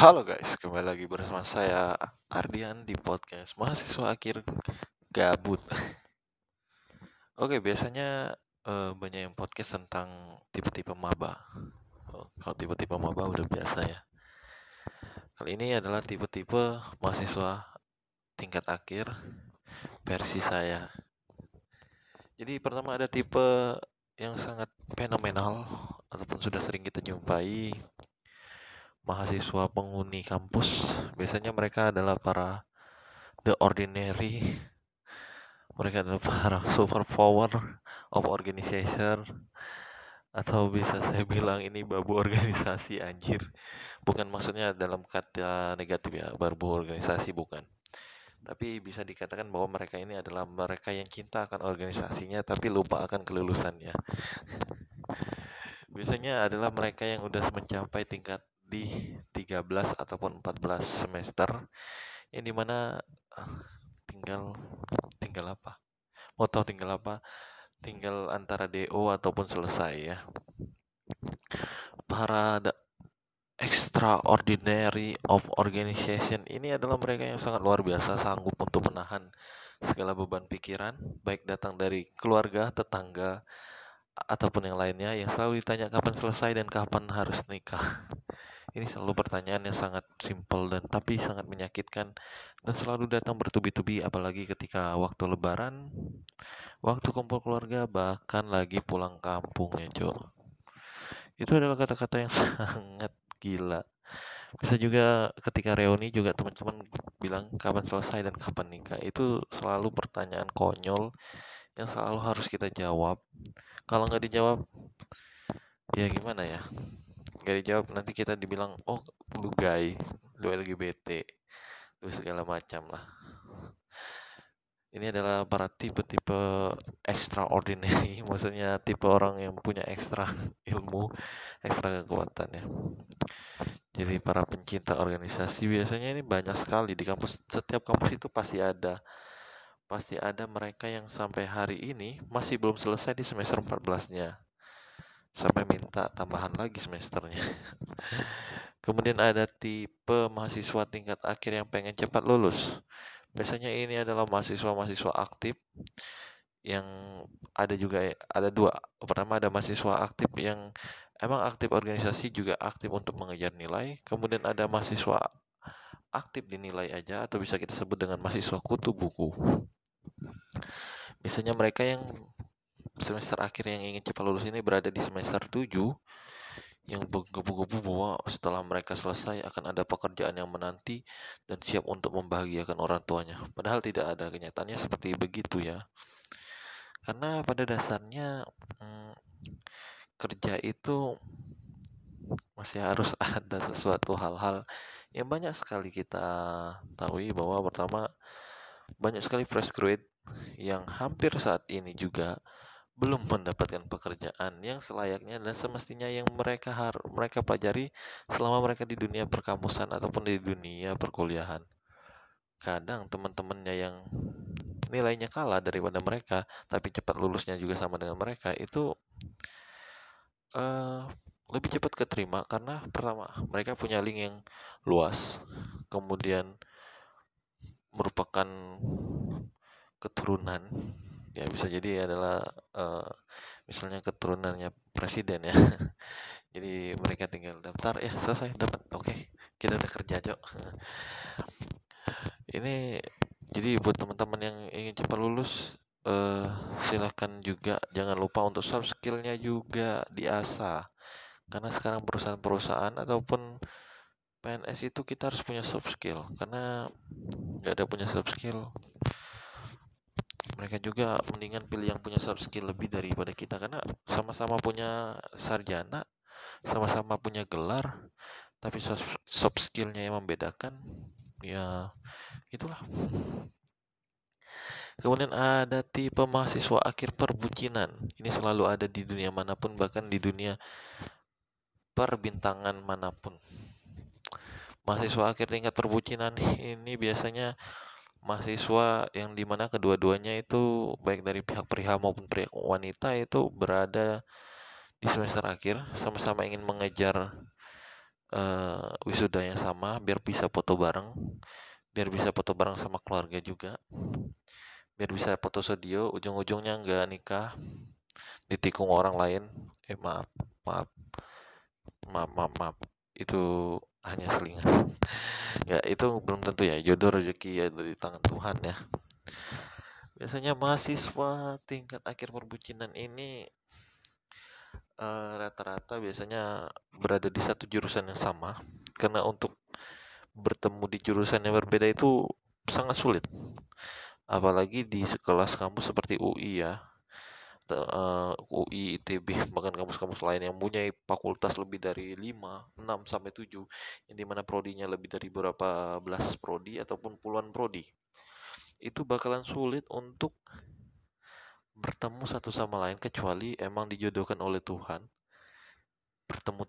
Halo guys, kembali lagi bersama saya Ardian di podcast Mahasiswa Akhir Gabut. Oke, biasanya banyak yang podcast tentang tipe-tipe maba. Kalau tipe-tipe maba udah biasa ya. Kali ini adalah tipe-tipe mahasiswa tingkat akhir versi saya. Jadi pertama ada tipe yang sangat fenomenal ataupun sudah sering kita jumpai, mahasiswa penghuni kampus. Biasanya mereka adalah para the ordinary. Mereka adalah para super power of organization, atau bisa saya bilang ini babu organisasi anjir. Bukan maksudnya dalam kata negatif ya, babu organisasi bukan. Tapi bisa dikatakan bahwa mereka ini adalah mereka yang cinta akan organisasinya tapi lupa akan kelulusannya. Biasanya adalah mereka yang udah mencapai tingkat di 13 ataupun 14 semester, yang dimana tinggal tinggal apa? Mau tahu tinggal apa? Tinggal antara DO ataupun selesai ya. Para extraordinary of organization ini adalah mereka yang sangat luar biasa, sanggup untuk menahan segala beban pikiran, baik datang dari keluarga, tetangga, ataupun yang lainnya, yang selalu ditanya kapan selesai dan kapan harus nikah. Ini selalu pertanyaan yang sangat simpel dan tapi sangat menyakitkan, dan selalu datang bertubi-tubi, apalagi ketika waktu lebaran, waktu kumpul keluarga, bahkan lagi pulang kampung ya Jo. Itu adalah kata-kata yang sangat gila. Bisa juga ketika reuni juga teman-teman bilang kapan selesai dan kapan nikah. Itu selalu pertanyaan konyol yang selalu harus kita jawab. Kalau nggak dijawab, ya gimana ya? Nggak dijawab nanti kita dibilang, oh lu gay, lu LGBT, lu segala macam lah. Ini adalah para tipe-tipe extraordinary, maksudnya tipe orang yang punya ekstra ilmu, ekstra kekuatan ya. Jadi para pencinta organisasi biasanya ini banyak sekali di kampus. Setiap kampus itu pasti ada mereka yang sampai hari ini masih belum selesai di semester 14-nya, sampai minta tambahan lagi semesternya. Kemudian ada tipe mahasiswa tingkat akhir yang pengen cepat lulus. Biasanya ini adalah mahasiswa-mahasiswa aktif yang ada dua. Pertama ada mahasiswa aktif yang emang aktif organisasi, juga aktif untuk mengejar nilai. Kemudian ada mahasiswa aktif dinilai aja, atau bisa kita sebut dengan mahasiswa kutu buku. Biasanya mereka yang semester akhir yang ingin cepat lulus ini berada di semester 7, yang menggebu-gebu bahwa setelah mereka selesai akan ada pekerjaan yang menanti dan siap untuk membahagiakan orang tuanya. Padahal tidak ada, kenyataannya seperti begitu ya. Karena pada dasarnya kerja itu masih harus ada sesuatu hal-hal yang banyak sekali kita tahu, bahwa pertama banyak sekali fresh graduate yang hampir saat ini juga belum mendapatkan pekerjaan yang selayaknya dan semestinya yang mereka pelajari selama mereka di dunia perkampusan ataupun di dunia perkuliahan. Kadang teman-temannya yang nilainya kalah daripada mereka tapi cepat lulusnya juga sama dengan mereka, itu lebih cepat keterima karena pertama mereka punya link yang luas, kemudian merupakan keturunan, ya bisa jadi adalah misalnya keturunannya presiden ya. Jadi mereka tinggal daftar, ya selesai dapat, oke, kita udah kerja Cok. Ini jadi buat teman-teman yang ingin cepat lulus, silahkan juga jangan lupa untuk soft skillnya juga diasah, karena sekarang perusahaan-perusahaan ataupun PNS itu kita harus punya soft skill. Karena nggak ada punya soft skill, mereka juga mendingan pilih yang punya soft skill lebih daripada kita, karena sama-sama punya sarjana, sama-sama punya gelar, tapi soft skillnya yang membedakan, ya itulah. Kemudian ada tipe mahasiswa akhir perbucinan. Ini selalu ada di dunia manapun, bahkan di dunia perbintangan manapun. Mahasiswa akhir tingkat perbucinan ini biasanya mahasiswa yang dimana kedua-duanya itu baik dari pihak pria maupun pihak wanita itu berada di semester akhir, sama-sama ingin mengejar wisudanya sama, biar bisa foto bareng, biar bisa foto bareng sama keluarga juga, biar bisa foto studio, ujung-ujungnya nggak nikah, ditikung orang lain. Maaf, maaf, maaf, itu hanya selingan. Ya, itu belum tentu ya, jodoh rezeki ya dari tangan Tuhan ya. Biasanya mahasiswa tingkat akhir perbucinan ini rata-rata biasanya berada di satu jurusan yang sama, karena untuk bertemu di jurusan yang berbeda itu sangat sulit, apalagi di sekelas kampus seperti UI ya, UI, ITB, bahkan kampus-kampus lain yang punya fakultas lebih dari 5, 6 sampai 7, yang dimana prodinya lebih dari berapa belas prodi ataupun puluhan prodi. Itu bakalan sulit untuk bertemu satu sama lain kecuali emang dijodohkan oleh Tuhan. Bertemu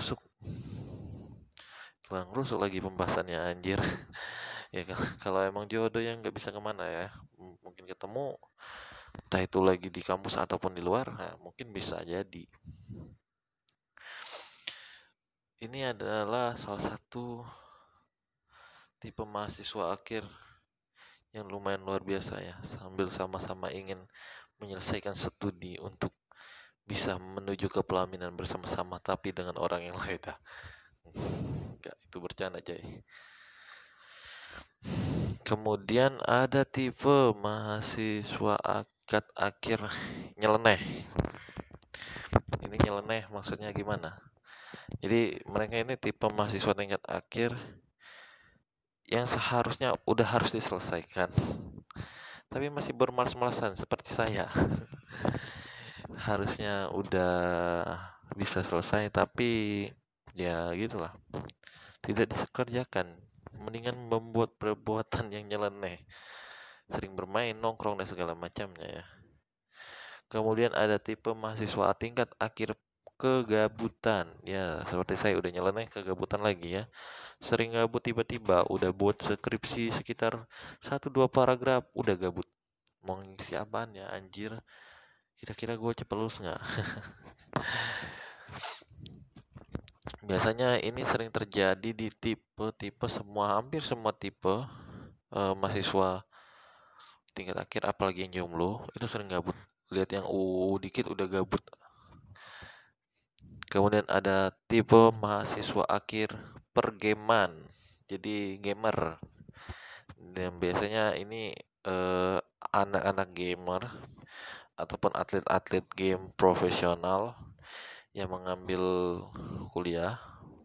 tulang rusuk lagi pembahasannya anjir. Ya kalau emang jodoh yang nggak bisa kemana ya, mungkin ketemu entah itu lagi di kampus ataupun di luar, nah, mungkin bisa jadi. Ini adalah salah satu tipe mahasiswa akhir yang lumayan luar biasa ya, sambil sama-sama ingin menyelesaikan studi untuk bisa menuju ke pelaminan bersama-sama tapi dengan orang yang lain. Enggak, itu bercanda aja. Kemudian ada tipe mahasiswa akad akhir nyeleneh. Ini nyeleneh maksudnya gimana? Jadi mereka ini tipe mahasiswa tingkat akhir yang seharusnya udah harus diselesaikan, tapi masih bermalas-malasan seperti saya. Harusnya udah bisa selesai tapi ya gitulah, tidak dikerjakan. Mendingan membuat perbuatan yang nyeleneh, sering bermain, nongkrong dan segala macamnya ya. Kemudian ada tipe mahasiswa tingkat akhir kegabutan. Ya, seperti saya udah nyeleneh kegabutan lagi ya. Sering gabut tiba-tiba udah buat skripsi sekitar 1-2 paragraf udah gabut. Mau ngisi apaan ya anjir? Kira-kira gue cepet lulus nggak? Biasanya ini sering terjadi di tipe-tipe hampir semua tipe mahasiswa tingkat akhir, apalagi yang jomblo itu sering gabut. Lihat yang dikit udah gabut. Kemudian ada tipe mahasiswa akhir pergaman, jadi gamer. Dan biasanya ini anak-anak gamer ataupun atlet-atlet game profesional yang mengambil kuliah.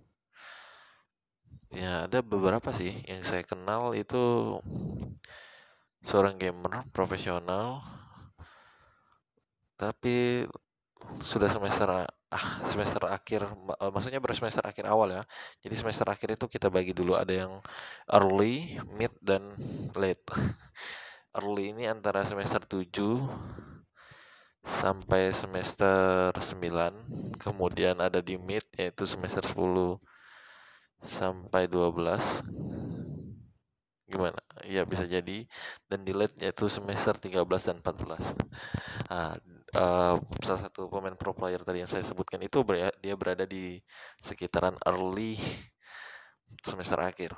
Ya, ada beberapa sih yang saya kenal itu seorang gamer profesional, tapi sudah semester akhir, maksudnya bersemester akhir awal ya. Jadi semester akhir itu kita bagi dulu, ada yang early, mid, dan late. Early ini antara semester 7 sampai semester 9, kemudian ada di mid yaitu semester 10 sampai 12. Gimana? Ya bisa jadi. Dan di late yaitu semester 13 dan 14. Nah, salah satu pemain pro player tadi yang saya sebutkan itu dia berada di sekitaran early semester akhir.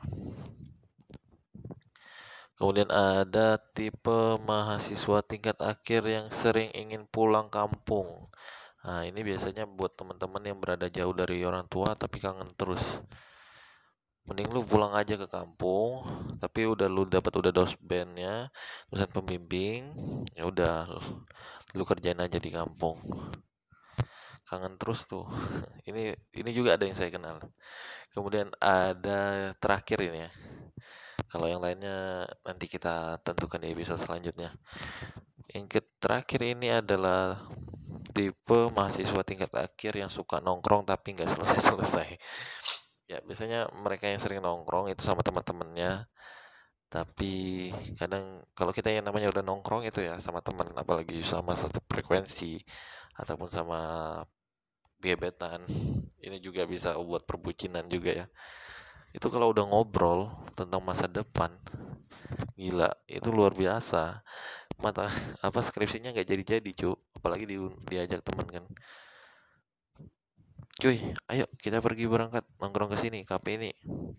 Kemudian ada tipe mahasiswa tingkat akhir yang sering ingin pulang kampung. Nah, ini biasanya buat teman-teman yang berada jauh dari orang tua tapi kangen terus. Mending lu pulang aja ke kampung, tapi udah dosbennya, dosen pembimbing, ya udah lu kerjain aja di kampung. Kangen terus tuh. Ini juga ada yang saya kenal. Kemudian ada terakhir ini ya. Kalau yang lainnya nanti kita tentukan di episode selanjutnya. Yang terakhir ini adalah tipe mahasiswa tingkat akhir yang suka nongkrong tapi nggak selesai-selesai. Ya, biasanya mereka yang sering nongkrong itu sama teman-temannya, tapi kadang kalau kita yang namanya udah nongkrong itu ya sama teman, apalagi sama satu frekuensi ataupun sama gebetan, ini juga bisa buat perbucinan juga ya. Itu kalau udah ngobrol tentang masa depan, gila, itu luar biasa. Mata skripsinya nggak jadi-jadi, apalagi diajak teman kan. cuy, ayo kita pergi berangkat nongkrong ke sini, kafe ini.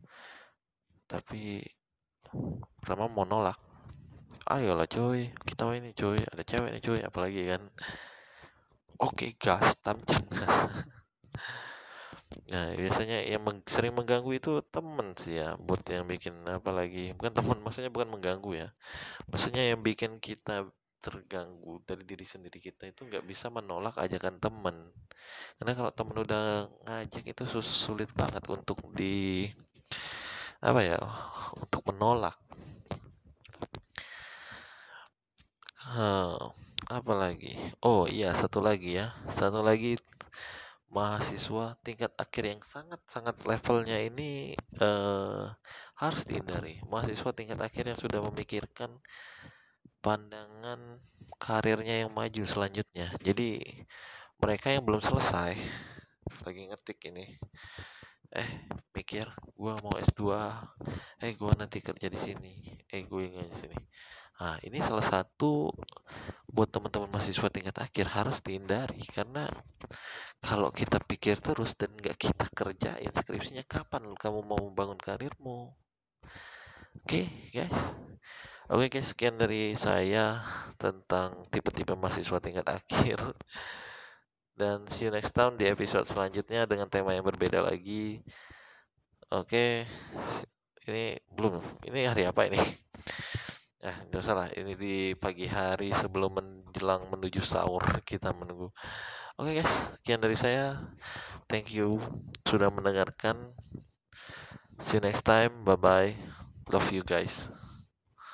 Tapi pertama mau nolak. Ayolah cuy, kita main ini cuy, ada cewek nih cuy, apalagi kan. Oke gas, tancap gas. Nah, biasanya yang sering mengganggu itu temen sih ya, buat yang bikin apa lagi. Bukan temen, maksudnya bukan mengganggu ya. Maksudnya yang bikin kita terganggu dari diri sendiri kita itu nggak bisa menolak ajakan temen. Karena kalau temen udah ngajak itu sulit banget untuk apa ya, untuk menolak. Heh, apa lagi? Oh iya, satu lagi mahasiswa tingkat akhir yang sangat-sangat levelnya ini harus dihindari. Mahasiswa tingkat akhir yang sudah memikirkan pandangan karirnya yang maju selanjutnya. Jadi mereka yang belum selesai lagi ngetik ini, mikir gua mau S2, gua nanti kerja di sini, gue nggak di sini. Nah, ini salah satu buat teman-teman mahasiswa tingkat akhir harus dihindari karena kalau kita pikir terus dan nggak kita kerjain skripsinya, kapan kamu mau membangun karirmu? Oke, guys. Oke, guys, sekian dari saya tentang tipe-tipe mahasiswa tingkat akhir. Dan see you next time di episode selanjutnya dengan tema yang berbeda lagi. Oke, ini belum. Ini hari apa ini? Nggak usah lah. Ini di pagi hari sebelum menjelang menuju sahur kita menunggu. Oke, guys, sekian dari saya. Thank you sudah mendengarkan. See you next time. Bye bye. Love you guys.